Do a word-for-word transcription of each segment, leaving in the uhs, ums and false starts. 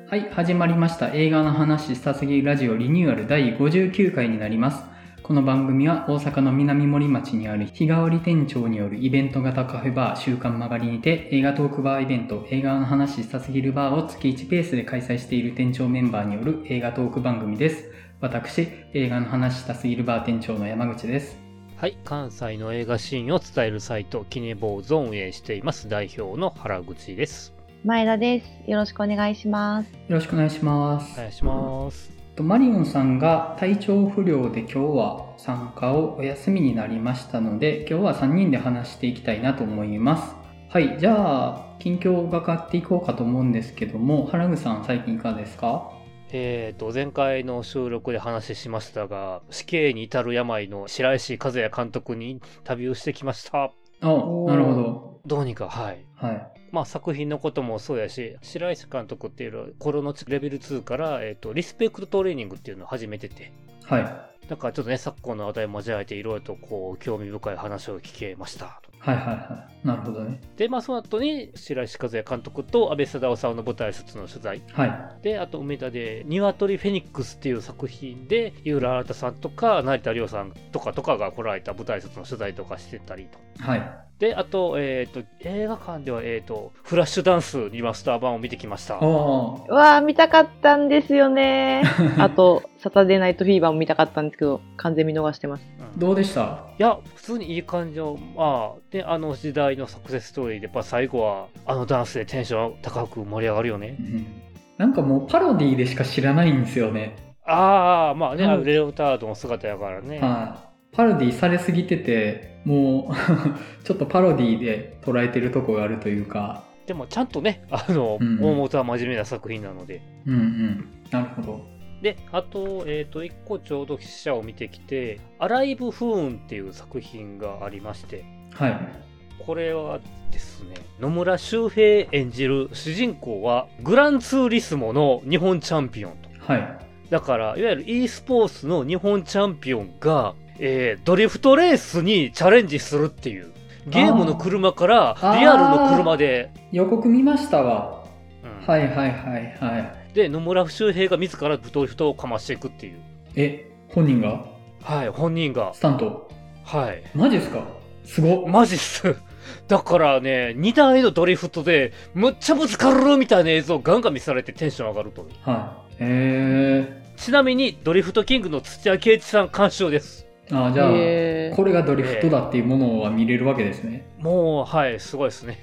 はい、始まりました。映画の話したすぎるラジオリニューアルだいごじゅうきゅうかいになります。この番組は大阪の南森町にある日替わり店長によるイベント型カフェバー週刊曲がりにて映画トークバーイベント映画の話したすぎるバーを月いちペースで開催している店長メンバーによる映画トーク番組です。私、映画の話したすぎるバー店長の山口です。 はい、関西の映画シーンを伝えるサイトキネボーズを運営しています代表の原口です。 前田です。よろしくお願いします。 よろしくお願いします。 お願いします。 マリオンさんが体調不良で今日は参加をお休みになりましたので、今日はさんにんで話していきたいなと思います。はい、じゃあ近況を伺っていこうかと思うんですけども、原口さん最近いかがですか？ えーと前回の収録で話しましたが、死刑に至る病の白石和也監督にインタビューしてきました。 あ、なるほど。 どうにか、はい。 はい。 まあ作品のこともそうやし、白石監督っていうのはコロノレベルツーから、えーとリスペクトトレーニングっていうのを始めてて、 はい。 だからちょっとね、昨今の話題も交えていろいろとこう興味深い話を聞けました。 はいはいはい。なるほどね。 で、まあその後に白石和也監督と安倍貞夫さんの舞台挨拶の取材。 はい。 で、あと梅田で鶏フェニックスっていう作品で井浦新さんとか成田凌さんとかとかが来られた舞台挨拶の取材とかしてたりと。 はい。 で、あと、えっと、映画館では、えっと、フラッシュダンスリマスター版を見てきました。 おうわー、見たかったんですよね。あと、サタデーナイトフィーバーも見たかったんですけど、完全見逃してます。 うん、 どうでした？ いや、普通にいい感じの、まあ、で、あの時代のサクセスストーリーで、やっぱ最後は、あのダンスでテンション高く盛り上がるよね。 うん、なんかもうパロディでしか知らないんですよね。 ああ、まあね、 うん、 レオタードの姿やからね。 はい。パロディされすぎてて、もうちょっとパロディで捉えてるとこがあるというか。 でもちゃんとね、あの、うんうん、大元は真面目な作品なので。 うんうん。なるほど。 で、あと、えっと、一個ちょうど記者を見てきて、アライブ・フーンっていう作品がありまして。 はい。 これはですね、野村周平演じる主人公は、グランツーリスモの日本チャンピオンと。 はい。 だから、いわゆる e スポーツの日本チャンピオンが、えー、ドリフトレースにチャレンジするっていう。ゲームの車からリアルの車で。 予告見ましたわ。うん、はいはいはいはい。 で、野村周平が自らドリフトをかましていくっていう。 え、本人が？ はい、本人が。 スタント？ はい。 マジっすか？すごっ。 マジっす。だからね、にだいのドリフトでむっちゃぶつかるみたいな映像をガンガン見せられてテンション上がるという。 はい。へー。 ちなみにドリフトキングの土屋圭一さん監修です。 ああ、じゃあこれがドリフトだっていうものは見れるわけですね。 もうはいすごいですね。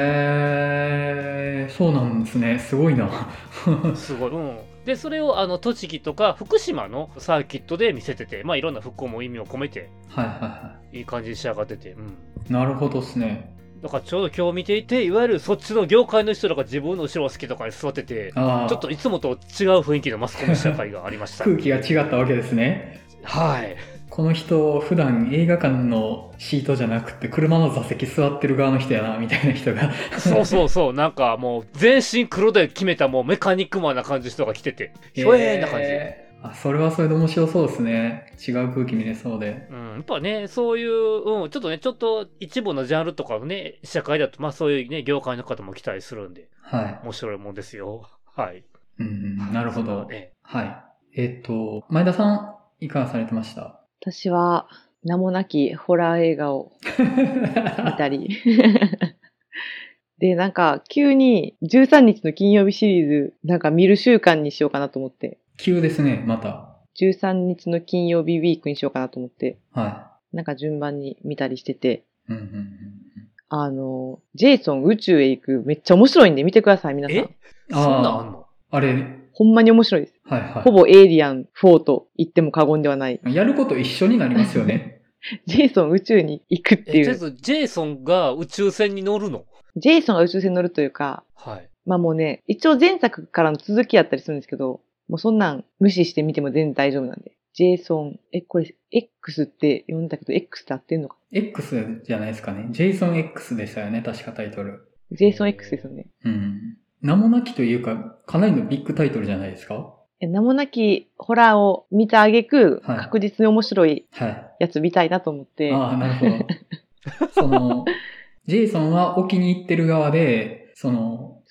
へえー、そうなんですね。すごいな。 すごい。うん。でそれをあの栃木とか福島のサーキットで見せてて、まあいろんな復興も意味を込めて、 はいはいはい。 いい感じに仕上がってて、うん。 なるほどですね。 だからちょうど今日見ていて、いわゆるそっちの業界の人らが自分の後ろを好きとかに座ってて、ちょっといつもと違う雰囲気のマスコミ社会がありました。 空気が違ったわけですね。 はい。 この人普段映画館のシートじゃなくて車の座席座ってる側の人やなみたいな人がそうそうそう、なんかもう全身黒で決めたもうメカニックマンな感じの人が来てて、ひょえーな感じ。 あ、それはそれで面白そうですね。違う空気見れそうで。 うん、やっぱね、そういう、うん、ちょっとね、ちょっと一部のジャンルとかのね、社会だと、まあそういうね、業界の方も来たりするんで、 はい。 面白いもんですよ。はい。 うん、なるほど。 ね、 はい。えっと、前田さん、いかがされてました？ 私は、名もなきホラー映画を見たり。で、なんか、急にじゅうさんにちの金曜日シリーズ、なんか見る習慣にしようかなと思って。 急ですね、また。 じゅうさんにちの金曜日ウィークにしようかなと思って。 はい。 なんか順番に見たりしてて。 うんうんうんうん、 あの、ジェイソン宇宙へ行く、めっちゃ面白いんで見てください、皆さん。 えそんなんあんの？ あれ。 ほんまに面白いです。 はいはい。 ほぼエイリアンフォーと言っても過言ではない。 やること一緒になりますよね。 ジェイソン宇宙に行くっていう。 え、とりあえずジェイソンが宇宙船に乗るの？ ジェイソンが宇宙船に乗るというか、はい。まあもうね、一応前作からの続きやったりするんですけど、もうそんなん無視して見ても全然大丈夫なんで。ジェイソン、え、これ X って読んだけど X って合ってんのか？ X じゃないですかね。ジェイソン X でしたよね、確かタイトル。 ジェイソン X ですよね。 うん。名もなきというか、かなりのビッグタイトルじゃないですか？ 名もなきホラーを見た挙句、はい、確実に面白いやつ見たいなと思って。 はい、ああ、なるほど。その、ジェイソンは置きに行ってる側で、その、 そうです。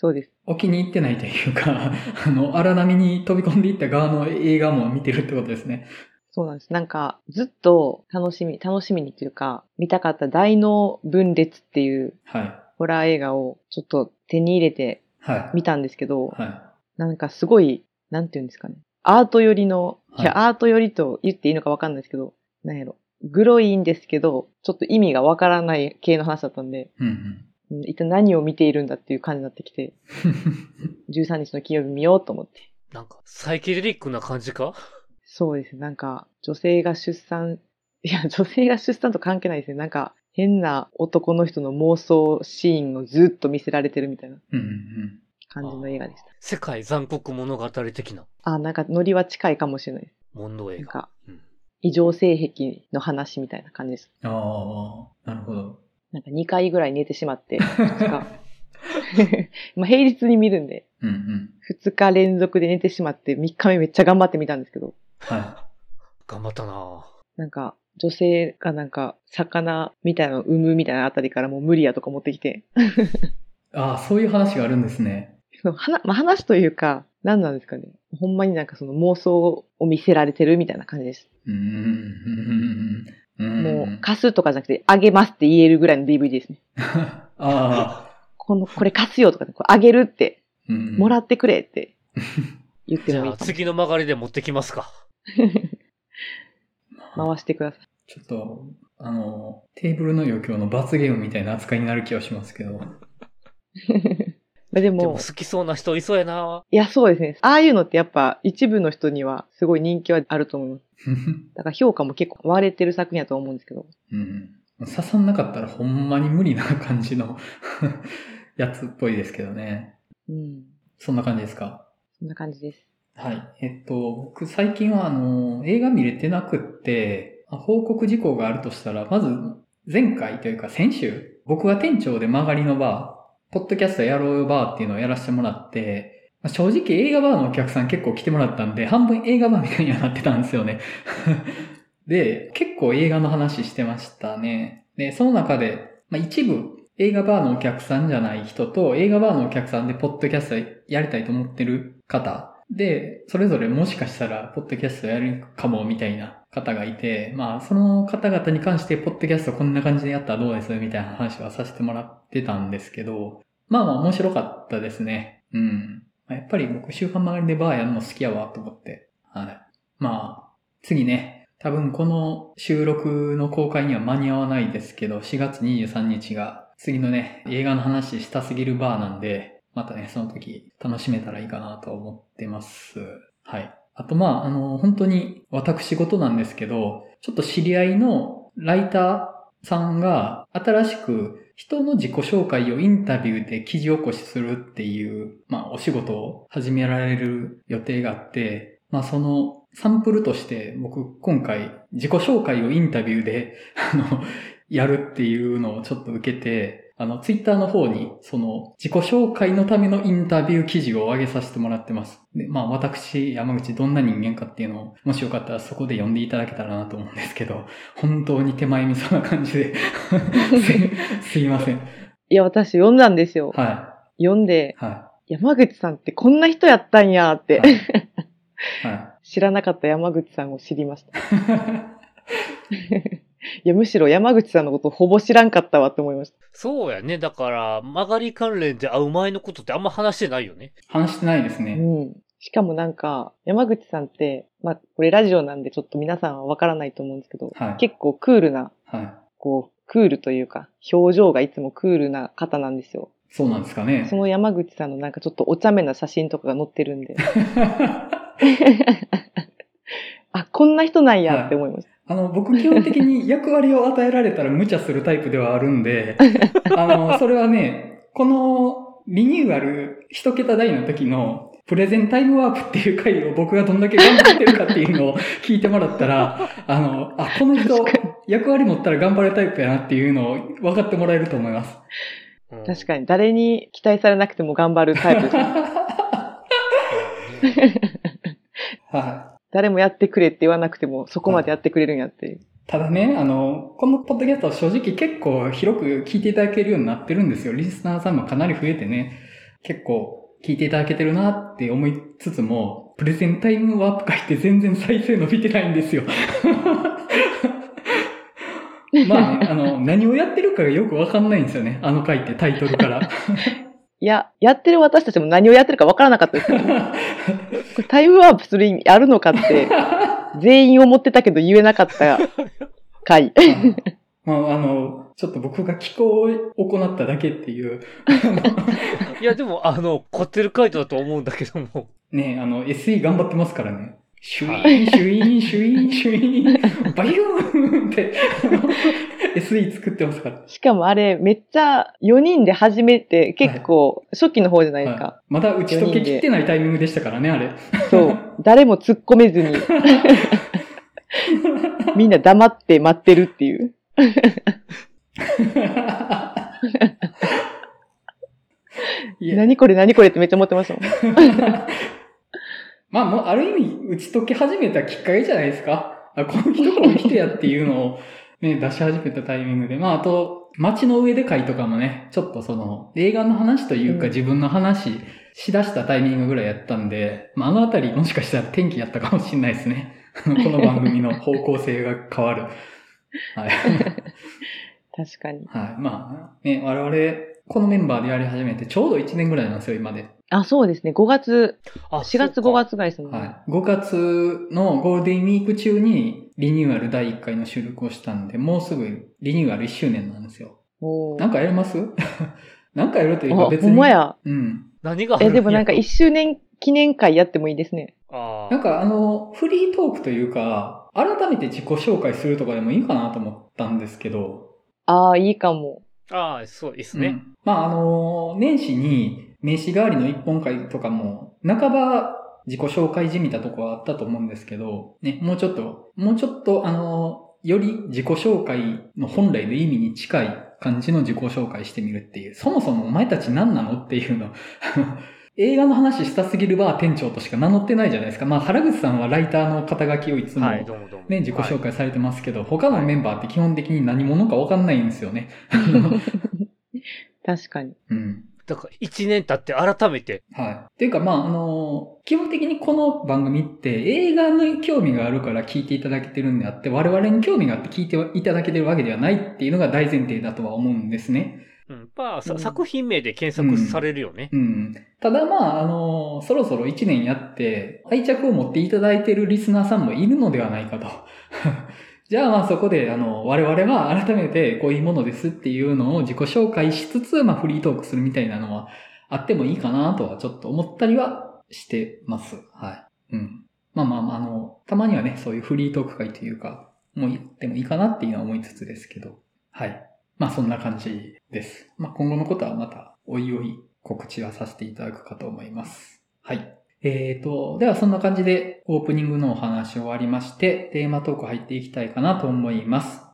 お気に入ってないというか、あの、荒波に飛び込んでいった側の映画も見てるってことですね。 そうなんです。なんか、ずっと楽しみ、楽しみにというか、見たかった大脳分裂っていう、はい。ホラー映画をちょっと手に入れて、見たんですけど、はい。はい、なんかすごい、なんていうんですかね。アート寄りの、いや、はい、アート寄りと言っていいのかわかんないですけど、なんやろ。グロいんですけど、ちょっと意味がわからない系の話だったんで、うんうん、一体何を見ているんだっていう感じになってきて、じゅうさんにちの金曜日見ようと思って。 なんか、サイケデリックな感じか？ そうですね。なんか、女性が出産、いや、女性が出産と関係ないですね。なんか、変な男の人の妄想シーンをずっと見せられてるみたいな感じの映画でした。 世界残酷物語的な。 あ、なんか、ノリは近いかもしれないです。 問答映画。 なんか、うん、異常性癖の話みたいな感じです。 ああ、なるほど。 なんかにかいぐらい寝てしまって、ふつかまあ平日に見るんで、うんうん、ふつか連続で寝てしまって、みっかめめっちゃ頑張って見たんですけど。 はい。頑張ったなぁ。 なんか、女性がなんか、魚みたいなのを産むみたいなあたりからもう無理やとか持ってきて。 ああ、そういう話があるんですね。 その話、まあ、話というか、何なんですかね。ほんまになんかその妄想を見せられてるみたいな感じです。うーんもう、貸すとかじゃなくて、あげますって言えるぐらいの ディーブイディー ですね。ああ。この、これ貸すよとか、これあげるって、うん、もらってくれって言ってもいいかも。 じゃあ次の曲がりで持ってきますか。 回してください。 ちょっと、あの、テーブルの余興の罰ゲームみたいな扱いになる気はしますけど。 でも、 でも好きそうな人いそうやな。 いや、そうですね。ああいうのってやっぱ一部の人にはすごい人気はあると思います。だから評価も結構割れてる作品だと思うんですけど。 うん。刺さんなかったらほんまに無理な感じのやつっぽいですけどね。うん。そんな感じですか？ そんな感じです。 はい。えっと、僕最近はあの、映画見れてなくって、報告事項があるとしたら、まず前回というか先週、僕が店長で曲がりのバー、ポッドキャストやろうよバーっていうのをやらせてもらって、正直映画バーのお客さん結構来てもらったんで、半分映画バーみたいにはなってたんですよね。で、結構映画の話してましたね。で、その中で、まあ、一部映画バーのお客さんじゃない人と、映画バーのお客さんでポッドキャストやりたいと思ってる方で、それぞれもしかしたらポッドキャストやるかもみたいな方がいて、まあその方々に関してポッドキャストこんな感じでやったらどうですみたいな話はさせてもらってたんですけど、まあまあ面白かったですね。うん。やっぱり僕週刊曲がりでバーやるの好きやわと思って。はい。まあ、次ね、多分この収録の公開には間に合わないですけど、しがつにじゅうさんにちが次のね、映画の話したすぎるバーなんで、またね、その時楽しめたらいいかなと思ってます。はい。あとまあ、あの、本当に私事なんですけど、ちょっと知り合いのライターさんが新しく人の自己紹介をインタビューで記事起こしするっていう、まあお仕事を始められる予定があって、まあそのサンプルとして僕今回自己紹介をインタビューで、あの、やるっていうのをちょっと受けて、あの、ツイッターの方に、その、自己紹介のためのインタビュー記事を上げさせてもらってます。で、まあ、私、山口どんな人間かっていうのを、もしよかったらそこで読んでいただけたらなと思うんですけど、本当に手前味噌な感じで、す、すいません。 いや、私読んだんですよ。 はい。 読んで、はい。山口さんってこんな人やったんやって、はいはい、知らなかった山口さんを知りました。いや、むしろ山口さんのことほぼ知らんかったわって思いました。 そうやね。だから、曲がり関連で会う前のことってあんま話してないよね。 話してないですね。 うん。しかもなんか、山口さんって、まあ、これラジオなんでちょっと皆さんはわからないと思うんですけど、はい、結構クールな、はい、こう、クールというか、表情がいつもクールな方なんですよ。 そうなんですかね。 その山口さんのなんかちょっとお茶目な写真とかが載ってるんで。あ、こんな人なんやって思いました。 はい、あの、僕基本的に役割を与えられたら無茶するタイプではあるんで、あの、それはね、このリニューアル一桁台の時のプレゼンタイムワープっていう回を僕がどんだけ頑張ってるかっていうのを聞いてもらったら、あの、あ、この人役割持ったら頑張るタイプやなっていうのを分かってもらえると思います。 確かに、誰に期待されなくても頑張るタイプです。はい。誰もやってくれって言わなくても、そこまでやってくれるんやっていう。はい、 ただね、あの、このポッドキャストは正直結構広く聞いていただけるようになってるんですよ。リスナーさんもかなり増えてね、結構聞いていただけてるなって思いつつも、プレゼンタイムワープ会って全然再生伸びてないんですよ。まあね、あの、何をやってるかがよくわかんないんですよね。あの回ってタイトルから。 いや、やってる私たちも何をやってるかわからなかったですよ、ね。これタイムワープする意味あるのかって、全員思ってたけど言えなかった回。 まあ、あの、ちょっと僕が気候を行っただけっていう。 いや、でも、あの、凝ってる回答だと思うんだけども。 ね、あの、エスイー 頑張ってますからね。シュイーン、シュイーン、シュイーン、シュイーン、バユーンって、エスイー 作ってますから。 しかもあれ、めっちゃよにんで始めて、結構、初期の方じゃないですか。はいはい、 まだ打ち解けきってないタイミングでしたからね、あれ。 そう。誰も突っ込めずに。みんな黙って待ってるっていう。何これ何これってめっちゃ思ってましたもん。 まあもうある意味打ち解け始めたきっかけじゃないですか。あ、この人この人やっていうのをね、出し始めたタイミングで。まああと、街の上で会とかもね、ちょっとその映画の話というか自分の話しだしたタイミングぐらいやったんで、まああのあたりもしかしたら転機やったかもしれないですね。この番組の方向性が変わる。はい。 確かに。 はい。まあ、ね、我々、このメンバーでやり始めてちょうどいちねんぐらいなんですよ、今で。 あ、そうですね。ごがつ、しがつごがつぐらいですもんね。 はい。ごがつのゴールデンウィーク中にリニューアルだいいっかいの収録をしたんで、もうすぐリニューアルいっしゅうねんなんですよ。おなんかやりますなんかやるというか別に。 ほんまや。 うん。 何があるんや。 え、でもなんかいっしゅうねん記念会やってもいいですね。 あなんかあの、フリートークというか、改めて自己紹介するとかでもいいかなと思ったんですけど。 ああ、いいかも。 ああ、そうですね。うん、 まああの、年始に名刺代わりの一本会とかも、半ば自己紹介じみたとこはあったと思うんですけど、ね、もうちょっと、もうちょっとあの、より自己紹介の本来の意味に近い感じの自己紹介してみるっていう、そもそもお前たち何なのっていうの、映画の話したすぎるバー店長としか名乗ってないじゃないですか。まあ、原口さんはライターの肩書きをいつも、ね、はい、どうもどうも自己紹介されてますけど、はい、他のメンバーって基本的に何者か分かんないんですよね。 確かに。 うん。 だから一年経って改めて。 はい。っていうかまあ、あの、基本的にこの番組って映画の興味があるから聞いていただけてるんであって、我々に興味があって聞いていただけてるわけではないっていうのが大前提だとは思うんですね。 うん。まあ、うん、作品名で検索されるよね。 うん。うん、ただまあ、あの、そろそろいちねんやって、愛着を持っていただいているリスナーさんもいるのではないかと。じゃあまあそこで、あの、我々は改めてこういうものですっていうのを自己紹介しつつ、まあフリートークするみたいなのはあってもいいかなとはちょっと思ったりはしてます。はい。うん。まあまあまあ、あの、たまにはね、そういうフリートーク会というか、もう言ってもいいかなっていうのは思いつつですけど。はい。まあそんな感じです。まあ今後のことはまたおいおい告知はさせていただくかと思います。はい。えーと、ではそんな感じでオープニングのお話終わりまして、テーマトーク入っていきたいかなと思います。